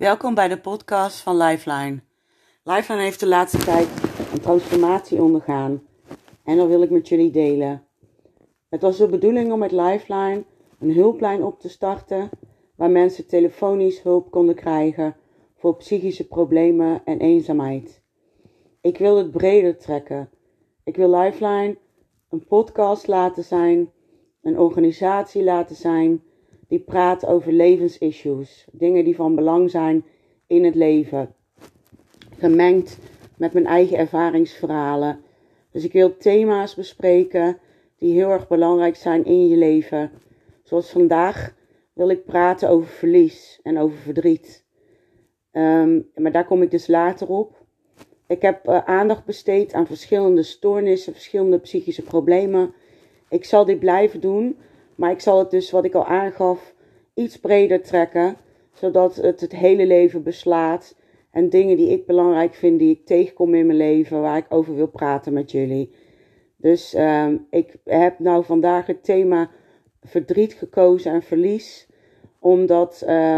Welkom bij de podcast van Lifeline. Lifeline heeft de laatste tijd een transformatie ondergaan en dat wil ik met jullie delen. Het was de bedoeling om met Lifeline een hulplijn op te starten waar mensen telefonisch hulp konden krijgen voor psychische problemen en eenzaamheid. Ik wil het breder trekken. Ik wil Lifeline een podcast laten zijn, een organisatie laten zijn die praat over levensissues, dingen die van belang zijn in het leven, gemengd met mijn eigen ervaringsverhalen. Dus ik wil thema's bespreken die heel erg belangrijk zijn in je leven. Zoals vandaag wil ik praten over verlies en over verdriet. Maar daar kom ik dus later op. Ik heb aandacht besteed aan verschillende stoornissen, verschillende psychische problemen. Ik zal dit blijven doen, maar ik zal het dus, wat ik al aangaf, iets breder trekken. Zodat het hele leven beslaat. En dingen die ik belangrijk vind, die ik tegenkom in mijn leven, waar ik over wil praten met jullie. Dus ik heb nou vandaag het thema verdriet gekozen en verlies. Omdat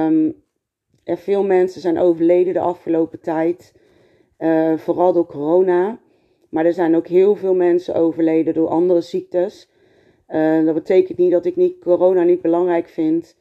er veel mensen zijn overleden de afgelopen tijd. Vooral door corona. Maar er zijn ook heel veel mensen overleden door andere ziektes. Dat betekent niet dat ik corona niet belangrijk vind.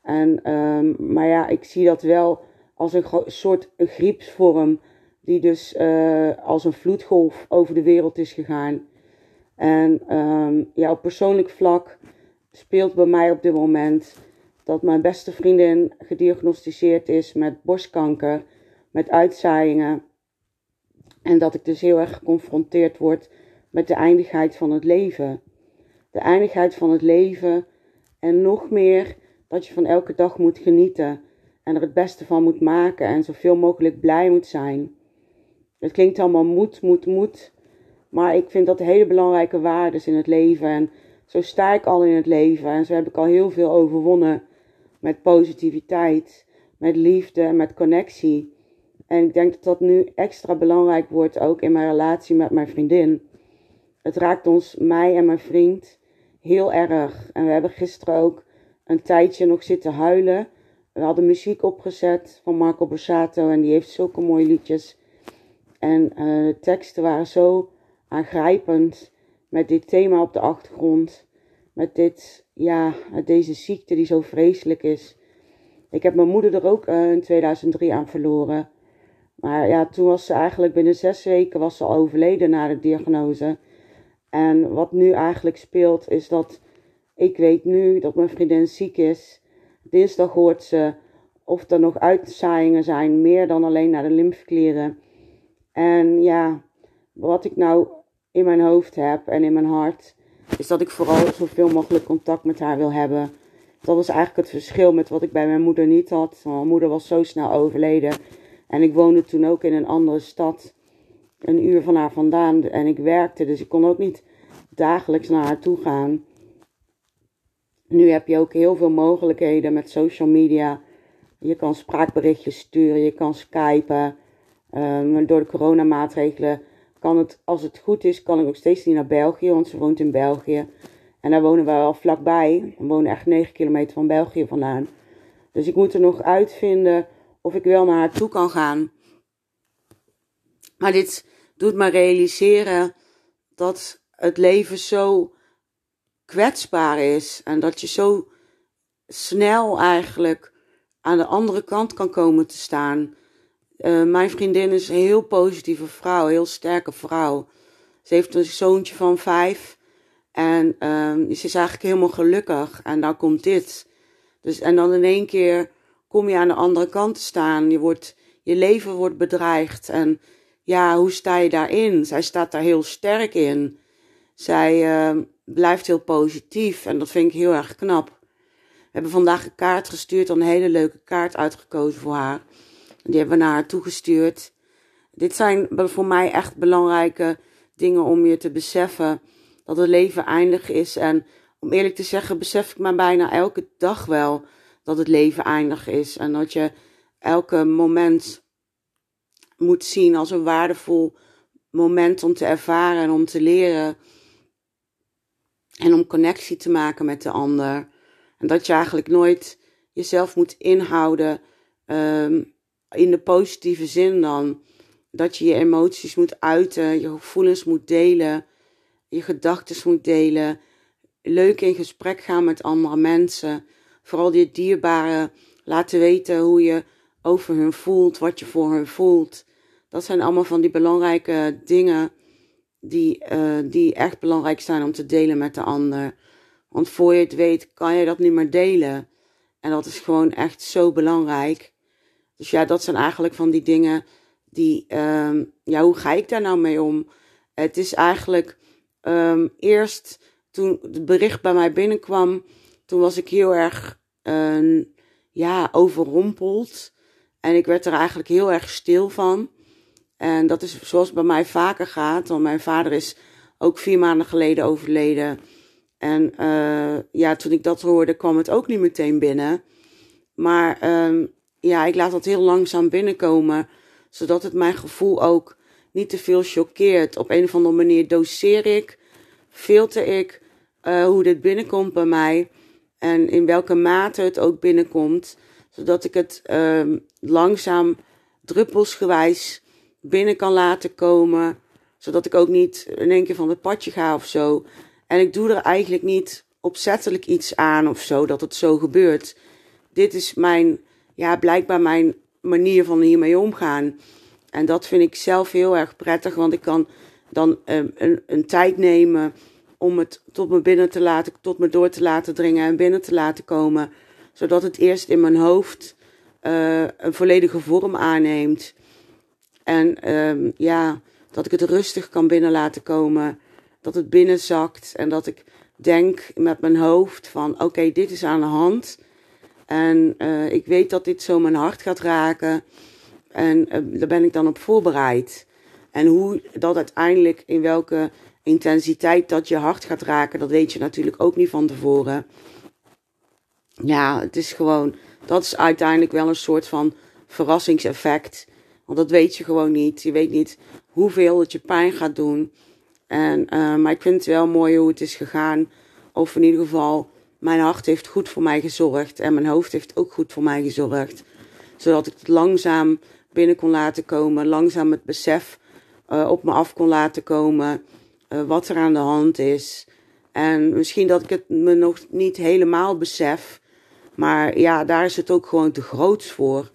Maar ja, ik zie dat wel als een soort griepsvorm. Die dus als een vloedgolf over de wereld is gegaan. En op persoonlijk vlak speelt bij mij op dit moment dat mijn beste vriendin gediagnosticeerd is met borstkanker. Met uitzaaiingen. En dat ik dus heel erg geconfronteerd word met de eindigheid van het leven. De eindigheid van het leven en nog meer dat je van elke dag moet genieten. En er het beste van moet maken en zoveel mogelijk blij moet zijn. Het klinkt allemaal moet. Maar ik vind dat hele belangrijke waarden in het leven. En zo sta ik al in het leven. En zo heb ik al heel veel overwonnen met positiviteit, met liefde en met connectie. En ik denk dat dat nu extra belangrijk wordt, ook in mijn relatie met mijn vriendin. Het raakt mij en mijn vriend, heel erg. En we hebben gisteren ook een tijdje nog zitten huilen. We hadden muziek opgezet van Marco Borsato en die heeft zulke mooie liedjes. En de teksten waren zo aangrijpend met dit thema op de achtergrond. Met deze ziekte die zo vreselijk is. Ik heb mijn moeder er ook in 2003 aan verloren. Maar ja, toen was ze eigenlijk binnen 6 weken was ze al overleden na de diagnose. En wat nu eigenlijk speelt is dat ik weet nu dat mijn vriendin ziek is. Dinsdag hoort ze of er nog uitzaaiingen zijn, meer dan alleen naar de lymfeklieren. En ja, wat ik nou in mijn hoofd heb en in mijn hart, is dat ik vooral zoveel mogelijk contact met haar wil hebben. Dat was eigenlijk het verschil met wat ik bij mijn moeder niet had. Mijn moeder was zo snel overleden. En ik woonde toen ook in een andere stad, een uur van haar vandaan. En ik werkte, dus ik kon ook niet dagelijks naar haar toe gaan. Nu heb je ook heel veel mogelijkheden met social media. Je kan spraakberichtjes sturen, je kan skypen. Door de coronamaatregelen kan het, als het goed is, kan ik nog steeds niet naar België, want ze woont in België. En daar wonen we wel vlakbij. We wonen echt 9 kilometer van België vandaan. Dus ik moet er nog uitvinden of ik wel naar haar toe kan gaan. Maar dit doet me realiseren dat het leven zo kwetsbaar is. En dat je zo snel eigenlijk aan de andere kant kan komen te staan. Mijn vriendin is een heel positieve vrouw, een heel sterke vrouw. Ze heeft een zoontje van 5. En ze is eigenlijk helemaal gelukkig. En dan komt dit. Dus, en dan in één keer kom je aan de andere kant te staan. Je leven wordt bedreigd. En ja, hoe sta je daarin? Zij staat daar heel sterk in. Zij blijft heel positief. En dat vind ik heel erg knap. We hebben vandaag een kaart gestuurd. Een hele leuke kaart uitgekozen voor haar. Die hebben we naar haar toegestuurd. Dit zijn voor mij echt belangrijke dingen om je te beseffen. Dat het leven eindig is. En om eerlijk te zeggen besef ik maar bijna elke dag wel dat het leven eindig is. En dat je elke moment moet zien als een waardevol moment om te ervaren en om te leren. En om connectie te maken met de ander. En dat je eigenlijk nooit jezelf moet inhouden in de positieve zin dan. Dat je je emoties moet uiten, je gevoelens moet delen, je gedachten moet delen. Leuk in gesprek gaan met andere mensen. Vooral je dierbaren laten weten hoe je over hun voelt, wat je voor hun voelt. Dat zijn allemaal van die belangrijke dingen die echt belangrijk zijn om te delen met de ander. Want voor je het weet kan je dat niet meer delen. En dat is gewoon echt zo belangrijk. Dus ja, dat zijn eigenlijk van die dingen die, hoe ga ik daar nou mee om? Het is eigenlijk eerst toen het bericht bij mij binnenkwam, toen was ik heel erg overrompeld. En ik werd er eigenlijk heel erg stil van. En dat is zoals het bij mij vaker gaat. Want mijn vader is ook 4 maanden geleden overleden. En toen ik dat hoorde, kwam het ook niet meteen binnen. Maar ik laat dat heel langzaam binnenkomen. Zodat het mijn gevoel ook niet te veel choqueert. Op een of andere manier doseer ik, filter ik hoe dit binnenkomt bij mij. En in welke mate het ook binnenkomt. Zodat ik het langzaam, druppelsgewijs binnen kan laten komen. Zodat ik ook niet in één keer van het padje ga of zo. En ik doe er eigenlijk niet opzettelijk iets aan of zo, dat het zo gebeurt. Dit is blijkbaar mijn manier van hiermee omgaan. En dat vind ik zelf heel erg prettig, want ik kan dan een tijd nemen om het tot me door te laten dringen en binnen te laten komen. Zodat het eerst in mijn hoofd een volledige vorm aanneemt. En dat ik het rustig kan binnen laten komen. Dat het binnenzakt en dat ik denk met mijn hoofd van oké, dit is aan de hand. En ik weet dat dit zo mijn hart gaat raken. En daar ben ik dan op voorbereid. En hoe dat uiteindelijk, in welke intensiteit dat je hart gaat raken, dat weet je natuurlijk ook niet van tevoren. Ja, het is gewoon, dat is uiteindelijk wel een soort van verrassingseffect. Want dat weet je gewoon niet. Je weet niet hoeveel het je pijn gaat doen. Maar ik vind het wel mooi hoe het is gegaan. Of in ieder geval, mijn hart heeft goed voor mij gezorgd. En mijn hoofd heeft ook goed voor mij gezorgd. Zodat ik het langzaam binnen kon laten komen. Langzaam het besef op me af kon laten komen. Wat er aan de hand is. En misschien dat ik het me nog niet helemaal besef. Maar ja, daar is het ook gewoon te groots voor.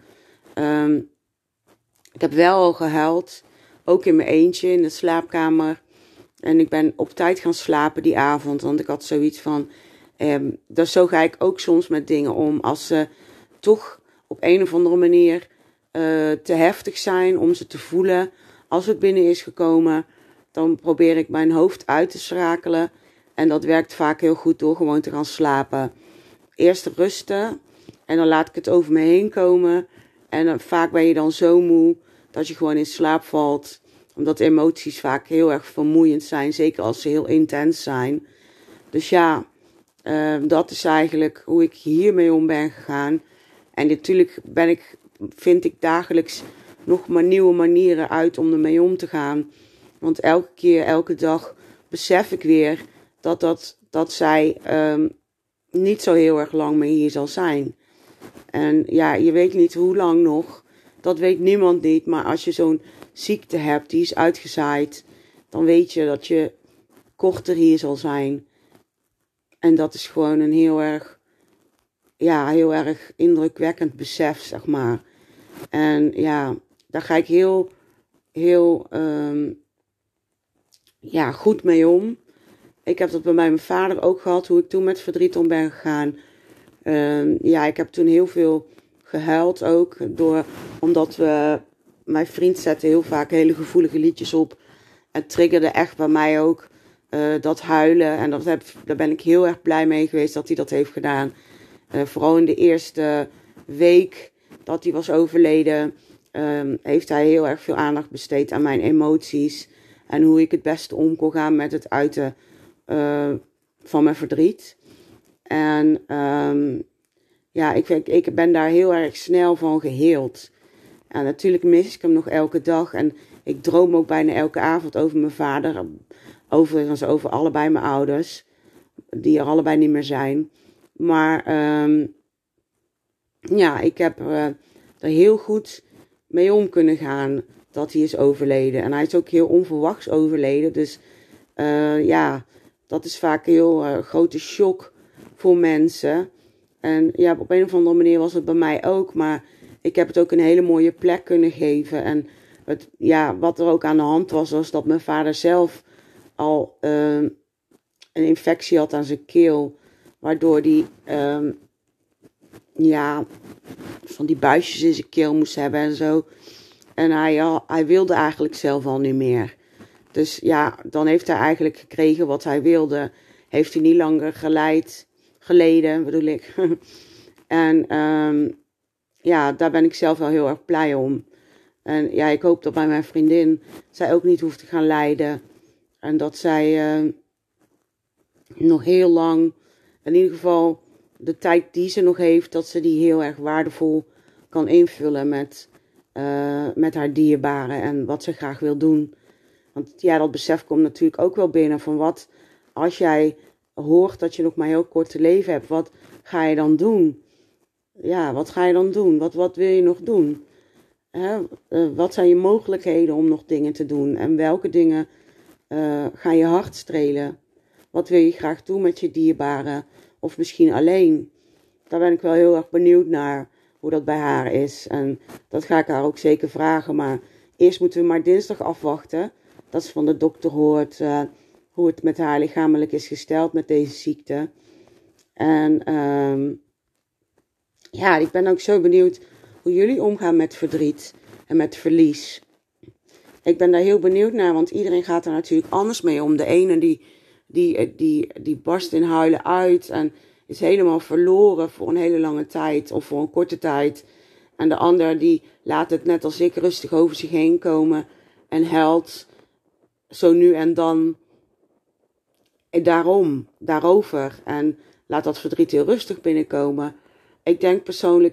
Ik heb wel al gehuild. Ook in mijn eentje in de slaapkamer. En ik ben op tijd gaan slapen die avond. Want ik had zoiets van, dus zo ga ik ook soms met dingen om. Als ze toch op een of andere manier te heftig zijn om ze te voelen. Als het binnen is gekomen, dan probeer ik mijn hoofd uit te schakelen. En dat werkt vaak heel goed door gewoon te gaan slapen. Eerst rusten en dan laat ik het over me heen komen. En vaak ben je dan zo moe dat je gewoon in slaap valt. Omdat emoties vaak heel erg vermoeiend zijn, zeker als ze heel intens zijn. Dus ja, dat is eigenlijk hoe ik hiermee om ben gegaan. En natuurlijk vind ik dagelijks nog maar nieuwe manieren uit om ermee om te gaan. Want elke keer, elke dag besef ik weer dat zij niet zo heel erg lang meer hier zal zijn. En ja, je weet niet hoe lang nog. Dat weet niemand niet. Maar als je zo'n ziekte hebt, die is uitgezaaid, dan weet je dat je korter hier zal zijn. En dat is gewoon een heel erg indrukwekkend besef, zeg maar. En ja, daar ga ik heel goed mee om. Ik heb dat bij mijn vader ook gehad, hoe ik toen met verdriet om ben gegaan. Ik heb toen heel veel gehuild ook. Omdat mijn vriend zette heel vaak hele gevoelige liedjes op. Het triggerde echt bij mij ook dat huilen. En daar ben ik heel erg blij mee geweest dat hij dat heeft gedaan. Vooral in de eerste week dat hij was overleden, heeft hij heel erg veel aandacht besteed aan mijn emoties. En hoe ik het beste om kon gaan met het uiten van mijn verdriet. En ik ben daar heel erg snel van geheeld. En natuurlijk mis ik hem nog elke dag. En ik droom ook bijna elke avond over mijn vader. Overigens over allebei mijn ouders. Die er allebei niet meer zijn. Maar ik heb er heel goed mee om kunnen gaan dat hij is overleden. En hij is ook heel onverwachts overleden. Dus dat is vaak een heel grote shock voor mensen. En ja, op een of andere manier was het bij mij ook. Maar ik heb het ook een hele mooie plek kunnen geven. En wat er ook aan de hand was dat mijn vader zelf al een infectie had aan zijn keel. Waardoor hij van die buisjes in zijn keel moest hebben en zo. En hij wilde eigenlijk zelf al niet meer. Dus ja, dan heeft hij eigenlijk gekregen wat hij wilde. Heeft hij niet langer geleden, bedoel ik. En daar ben ik zelf wel heel erg blij om. En ja, ik hoop dat bij mijn vriendin zij ook niet hoeft te gaan lijden. En dat zij nog heel lang, in ieder geval de tijd die ze nog heeft, dat ze die heel erg waardevol kan invullen met haar dierbaren en wat ze graag wil doen. Want ja, dat besef komt natuurlijk ook wel binnen van wat, als jij hoort dat je nog maar heel kort te leven hebt, wat ga je dan doen? Ja, wat ga je dan doen? Wat wil je nog doen? Wat zijn je mogelijkheden om nog dingen te doen? En welke dingen gaan je hart strelen? Wat wil je graag doen met je dierbaren? Of misschien alleen? Daar ben ik wel heel erg benieuwd naar hoe dat bij haar is. En dat ga ik haar ook zeker vragen. Maar eerst moeten we maar dinsdag afwachten. Dat ze van de dokter hoort hoe het met haar lichamelijk is gesteld met deze ziekte. En ik ben ook zo benieuwd hoe jullie omgaan met verdriet en met verlies. Ik ben daar heel benieuwd naar, want iedereen gaat er natuurlijk anders mee om. De ene die barst in huilen uit en is helemaal verloren voor een hele lange tijd of voor een korte tijd. En de ander die laat het net als ik rustig over zich heen komen en huilt zo nu en dan daarover. En laat dat verdriet heel rustig binnenkomen. Ik denk persoonlijk,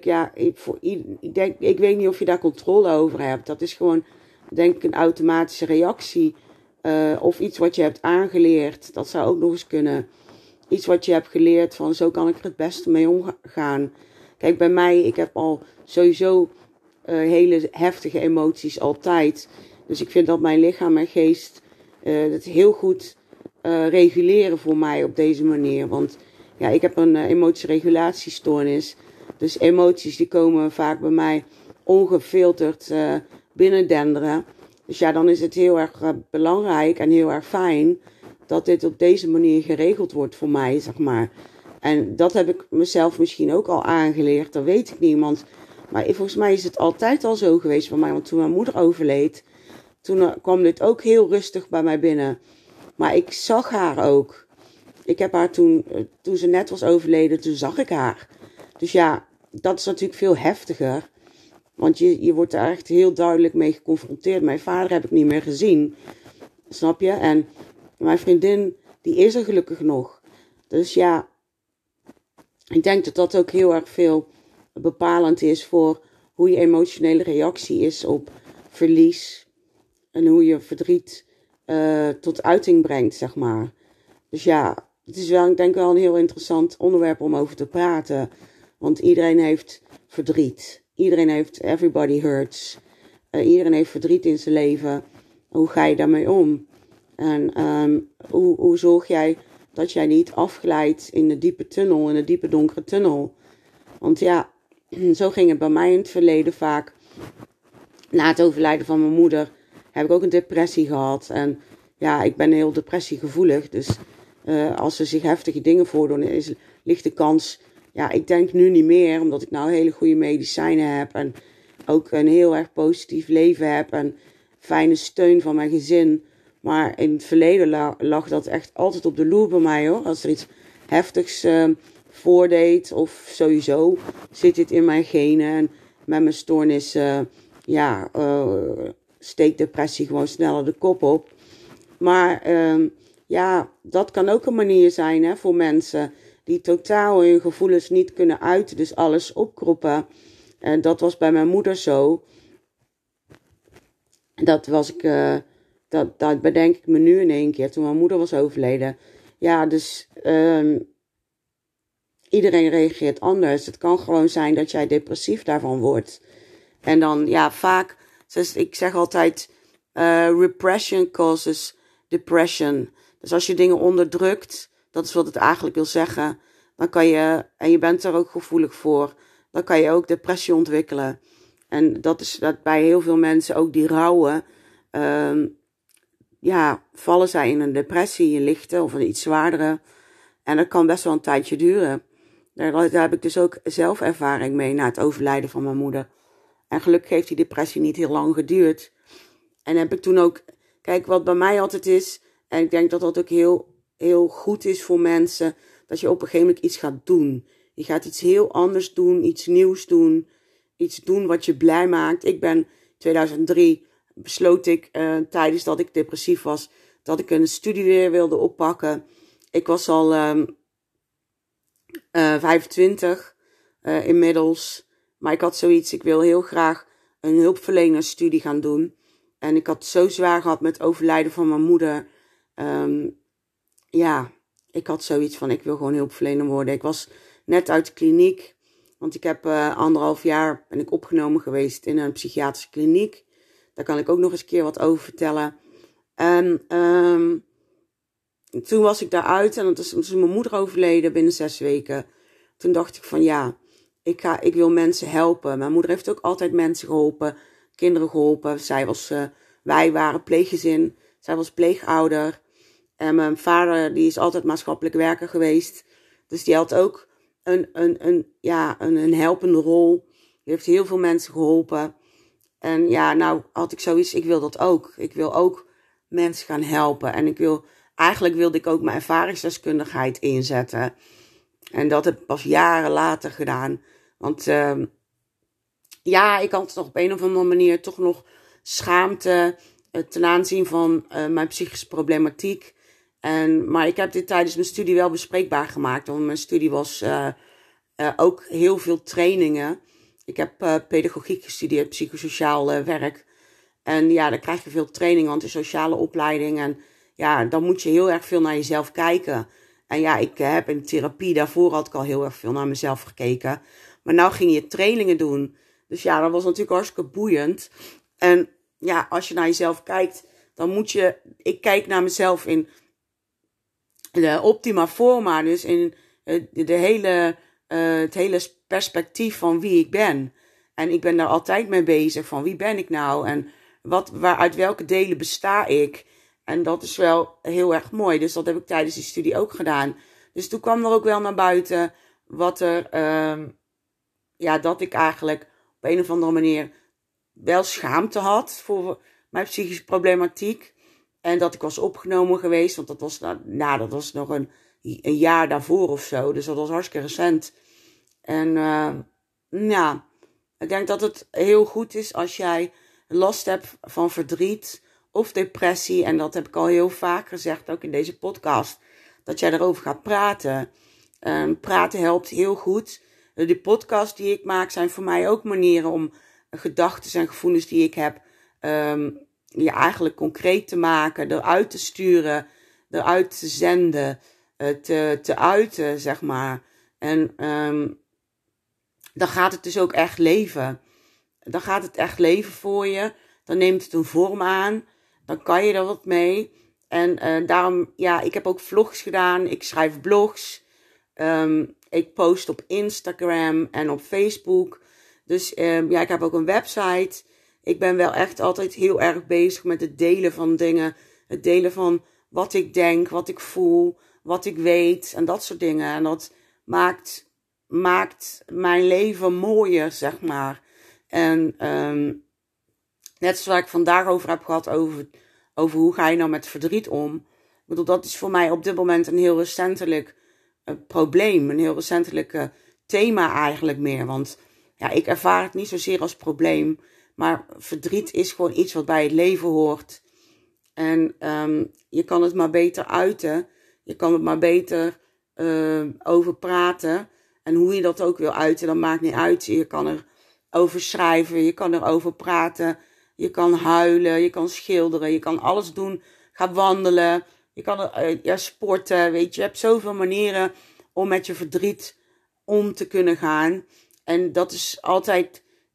ik weet niet of je daar controle over hebt. Dat is gewoon, denk ik, een automatische reactie. Of iets wat je hebt aangeleerd. Dat zou ook nog eens kunnen. Iets wat je hebt geleerd van, zo kan ik er het beste mee omgaan. Kijk, bij mij, ik heb al sowieso hele heftige emoties altijd. Dus ik vind dat mijn lichaam en geest het heel goed reguleren voor mij op deze manier. Want ja, ik heb een emotieregulatiestoornis. Dus emoties die komen vaak bij mij ongefilterd binnendenderen. Dus ja, dan is het heel erg belangrijk en heel erg fijn dat dit op deze manier geregeld wordt voor mij, zeg maar. En dat heb ik mezelf misschien ook al aangeleerd, dat weet ik niet. Maar volgens mij is het altijd al zo geweest bij mij. Want toen mijn moeder overleed, toen kwam dit ook heel rustig bij mij binnen. Maar ik zag haar ook. Ik heb haar toen ze net was overleden, toen zag ik haar. Dus ja, dat is natuurlijk veel heftiger. Want je wordt er echt heel duidelijk mee geconfronteerd. Mijn vader heb ik niet meer gezien. Snap je? En mijn vriendin, die is er gelukkig nog. Dus ja, ik denk dat dat ook heel erg veel bepalend is voor hoe je emotionele reactie is op verlies. En hoe je verdriet tot uiting brengt, zeg maar. Dus ja, het is wel, ik denk wel een heel interessant onderwerp om over te praten. Want iedereen heeft verdriet. Everybody hurts. Iedereen heeft verdriet in zijn leven. Hoe ga je daarmee om? En hoe zorg jij dat jij niet afglijdt in de diepe donkere tunnel? Want ja, zo ging het bij mij in het verleden vaak. Na het overlijden van mijn moeder heb ik ook een depressie gehad. En ja, ik ben heel depressiegevoelig. Dus als er zich heftige dingen voordoen, ligt de kans. Ja, ik denk nu niet meer, omdat ik nou hele goede medicijnen heb. En ook een heel erg positief leven heb. En fijne steun van mijn gezin. Maar in het verleden lag dat echt altijd op de loer bij mij, hoor. Als er iets heftigs voordeed, of sowieso zit dit in mijn genen. En met mijn stoornis, steekt depressie gewoon sneller de kop op. Maar dat kan ook een manier zijn, hè, voor mensen die totaal hun gevoelens niet kunnen uiten, dus alles opkroppen. En dat was bij mijn moeder zo. Dat bedenk ik me nu in één keer, toen mijn moeder was overleden. Ja, dus iedereen reageert anders. Het kan gewoon zijn dat jij depressief daarvan wordt. En dan, ja, vaak, ik zeg altijd, repression causes depression. Dus als je dingen onderdrukt, dat is wat het eigenlijk wil zeggen, dan kan je, en je bent er ook gevoelig voor, dan kan je ook depressie ontwikkelen. En dat is dat bij heel veel mensen ook die rouwen, vallen zij in een depressie, een lichte of een iets zwaardere. En dat kan best wel een tijdje duren. Daar heb ik dus ook zelf ervaring mee na het overlijden van mijn moeder. En gelukkig heeft die depressie niet heel lang geduurd. En heb ik toen ook, kijk wat bij mij altijd is, en ik denk dat dat ook heel, heel goed is voor mensen, dat je op een gegeven moment iets gaat doen. Je gaat iets heel anders doen, iets nieuws doen, iets doen wat je blij maakt. Ik ben in 2003 besloot ik, tijdens dat ik depressief was, dat ik een studie weer wilde oppakken. Ik was al 25 inmiddels. Maar ik had zoiets, ik wil heel graag een hulpverlenersstudie gaan doen. En ik had het zo zwaar gehad met het overlijden van mijn moeder. Ik had zoiets van, ik wil gewoon hulpverlener worden. Ik was net uit de kliniek. Want ik heb 1,5 jaar ben ik opgenomen geweest in een psychiatrische kliniek. Daar kan ik ook nog eens een keer wat over vertellen. En toen was ik daaruit en toen is mijn moeder overleden binnen 6 weken. Toen dacht ik van ja, ik wil mensen helpen. Mijn moeder heeft ook altijd mensen geholpen, kinderen geholpen. Wij waren pleeggezin, zij was pleegouder. En mijn vader die is altijd maatschappelijk werker geweest. Dus die had ook een helpende rol. Die heeft heel veel mensen geholpen. En ja, nou had ik zoiets, ik wil dat ook. Ik wil ook mensen gaan helpen. En eigenlijk wilde ik ook mijn ervaringsdeskundigheid inzetten. En dat heb ik pas jaren later gedaan. Want ik had nog op een of andere manier toch nog schaamte ten aanzien van mijn psychische problematiek. Maar ik heb dit tijdens mijn studie wel bespreekbaar gemaakt. Want mijn studie was ook heel veel trainingen. Ik heb pedagogiek gestudeerd, psychosociaal werk. En ja, dan krijg je veel training, want de sociale opleiding. En ja, dan moet je heel erg veel naar jezelf kijken. En ja, ik heb in therapie, daarvoor had ik al heel erg veel naar mezelf gekeken. Maar nou ging je trainingen doen. Dus ja, dat was natuurlijk hartstikke boeiend. En ja, als je naar jezelf kijkt, dan ik kijk naar mezelf in de optima forma. Dus in het hele perspectief van wie ik ben. En ik ben daar altijd mee bezig van wie ben ik nou? En uit welke delen besta ik? En dat is wel heel erg mooi. Dus dat heb ik tijdens die studie ook gedaan. Dus toen kwam er ook wel naar buiten dat ik eigenlijk op een of andere manier wel schaamte had voor mijn psychische problematiek. En dat ik was opgenomen geweest, want dat was nog een jaar daarvoor of zo. Dus dat was hartstikke recent. En ik denk dat het heel goed is als jij last hebt van verdriet of depressie. En dat heb ik al heel vaak gezegd, ook in deze podcast, dat jij erover gaat praten. Praten helpt heel goed. De podcasts die ik maak zijn voor mij ook manieren om gedachten en gevoelens die ik heb, eigenlijk concreet te maken, eruit te sturen, eruit te zenden, te uiten, zeg maar. En dan gaat het dus ook echt leven. Dan gaat het echt leven voor je. Dan neemt het een vorm aan. Dan kan je er wat mee. En daarom, ik heb ook vlogs gedaan. Ik schrijf blogs. Ik post op Instagram en op Facebook. Dus ik heb ook een website. Ik ben wel echt altijd heel erg bezig met het delen van dingen. Het delen van wat ik denk, wat ik voel, wat ik weet en dat soort dingen. En dat maakt mijn leven mooier, zeg maar. En net zoals ik vandaag over heb gehad, over hoe ga je nou met verdriet om. Ik bedoel, dat is voor mij op dit moment een heel recentelijk probleem. Een heel recentelijk thema eigenlijk meer. Want ja, ik ervaar het niet zozeer als probleem. Maar verdriet is gewoon iets wat bij het leven hoort. En je kan het maar beter uiten. Je kan het maar beter over praten. En hoe je dat ook wil uiten, dat maakt niet uit. Je kan er over schrijven, je kan erover praten. Je kan huilen, je kan schilderen, je kan alles doen. Ga wandelen, je kan sporten, weet je. Je hebt zoveel manieren om met je verdriet om te kunnen gaan. En dat is altijd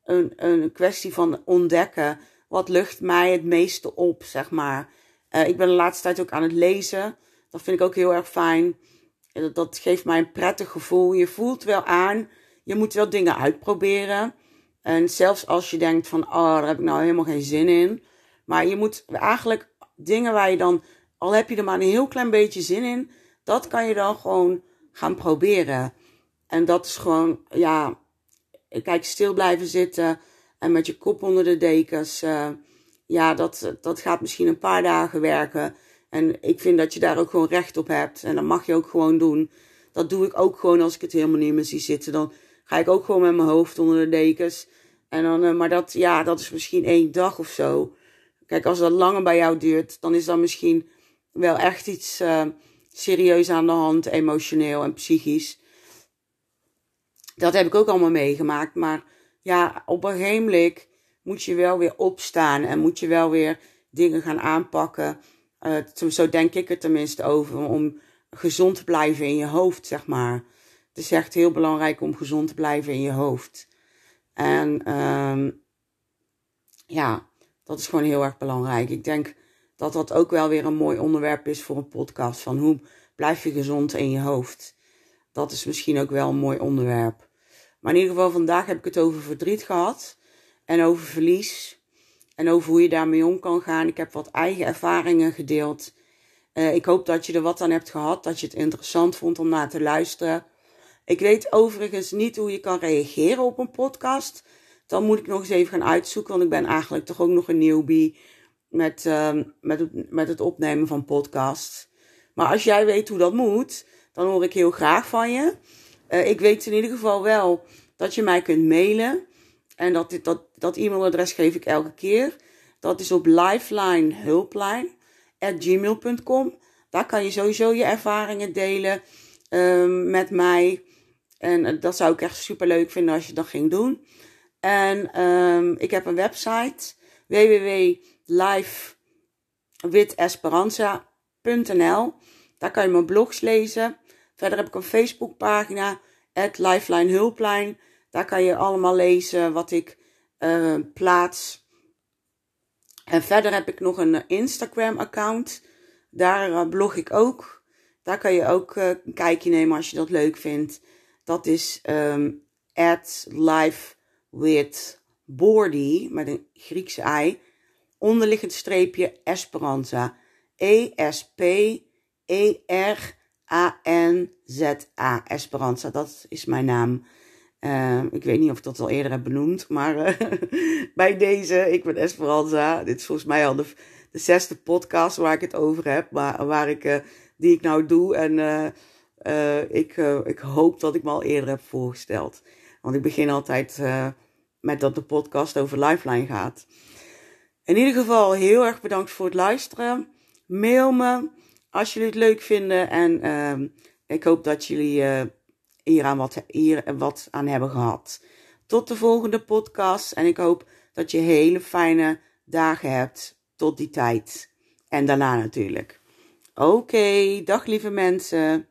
een kwestie van ontdekken. Wat lucht mij het meeste op, zeg maar. Ik ben de laatste tijd ook aan het lezen. Dat vind ik ook heel erg fijn. Dat geeft mij een prettig gevoel. Je voelt wel aan. Je moet wel dingen uitproberen. En zelfs als je denkt van, oh, daar heb ik nou helemaal geen zin in. Maar je moet eigenlijk dingen waar je dan, al heb je er maar een heel klein beetje zin in, dat kan je dan gewoon gaan proberen. En dat is gewoon, ja, kijk, stil blijven zitten en met je kop onder de dekens. Ja, dat gaat misschien een paar dagen werken. En ik vind dat je daar ook gewoon recht op hebt. En dat mag je ook gewoon doen. Dat doe ik ook gewoon als ik het helemaal niet meer zie zitten. Dan ga ik ook gewoon met mijn hoofd onder de dekens. En dan, maar dat is misschien 1 dag of zo. Kijk, als dat langer bij jou duurt, dan is dat misschien wel echt iets serieus aan de hand, emotioneel en psychisch. Dat heb ik ook allemaal meegemaakt. Maar ja, op een gegeven moment moet je wel weer opstaan en moet je wel weer dingen gaan aanpakken. Zo denk ik er tenminste over, om gezond te blijven in je hoofd, zeg maar. Het is echt heel belangrijk om gezond te blijven in je hoofd. En ja, dat is gewoon heel erg belangrijk. Ik denk dat dat ook wel weer een mooi onderwerp is voor een podcast. Van hoe blijf je gezond in je hoofd? Dat is misschien ook wel een mooi onderwerp. Maar in ieder geval vandaag heb ik het over verdriet gehad. En over verlies. En over hoe je daarmee om kan gaan. Ik heb wat eigen ervaringen gedeeld. Ik hoop dat je er wat aan hebt gehad. Dat je het interessant vond om naar te luisteren. Ik weet overigens niet hoe je kan reageren op een podcast. Dan moet ik nog eens even gaan uitzoeken. Want ik ben eigenlijk toch ook nog een newbie met het opnemen van podcasts. Maar als jij weet hoe dat moet, dan hoor ik heel graag van je. Ik weet in ieder geval wel dat je mij kunt mailen. En dat e-mailadres geef ik elke keer. Dat is op lifelinehulplijn@gmail.com. Daar kan je sowieso je ervaringen delen met mij. En dat zou ik echt super leuk vinden als je dat ging doen. En ik heb een website www.livewithesperanza.nl. Daar kan je mijn blogs lezen. Verder heb ik een Facebookpagina @lifelinehulplijn. Daar kan je allemaal lezen wat ik plaats. En verder heb ik nog een Instagram account. Daar blog ik ook. Daar kan je ook een kijkje nemen als je dat leuk vindt. Dat is @livewithbordy met een Griekse i. Onderliggend streepje Esperanza. Esperanza. Esperanza, dat is mijn naam. Ik weet niet of ik dat al eerder heb benoemd, maar bij deze, ik ben Esperanza. Dit is volgens mij al de 6e podcast waar ik het over heb, maar die ik nou doe. En ik hoop dat ik me al eerder heb voorgesteld. Want ik begin altijd met dat de podcast over Lifeline gaat. In ieder geval heel erg bedankt voor het luisteren. Mail me als jullie het leuk vinden. En ik hoop dat jullie hier wat aan hebben gehad. Tot de volgende podcast. En ik hoop dat je hele fijne dagen hebt tot die tijd. En daarna natuurlijk. Oké, dag lieve mensen.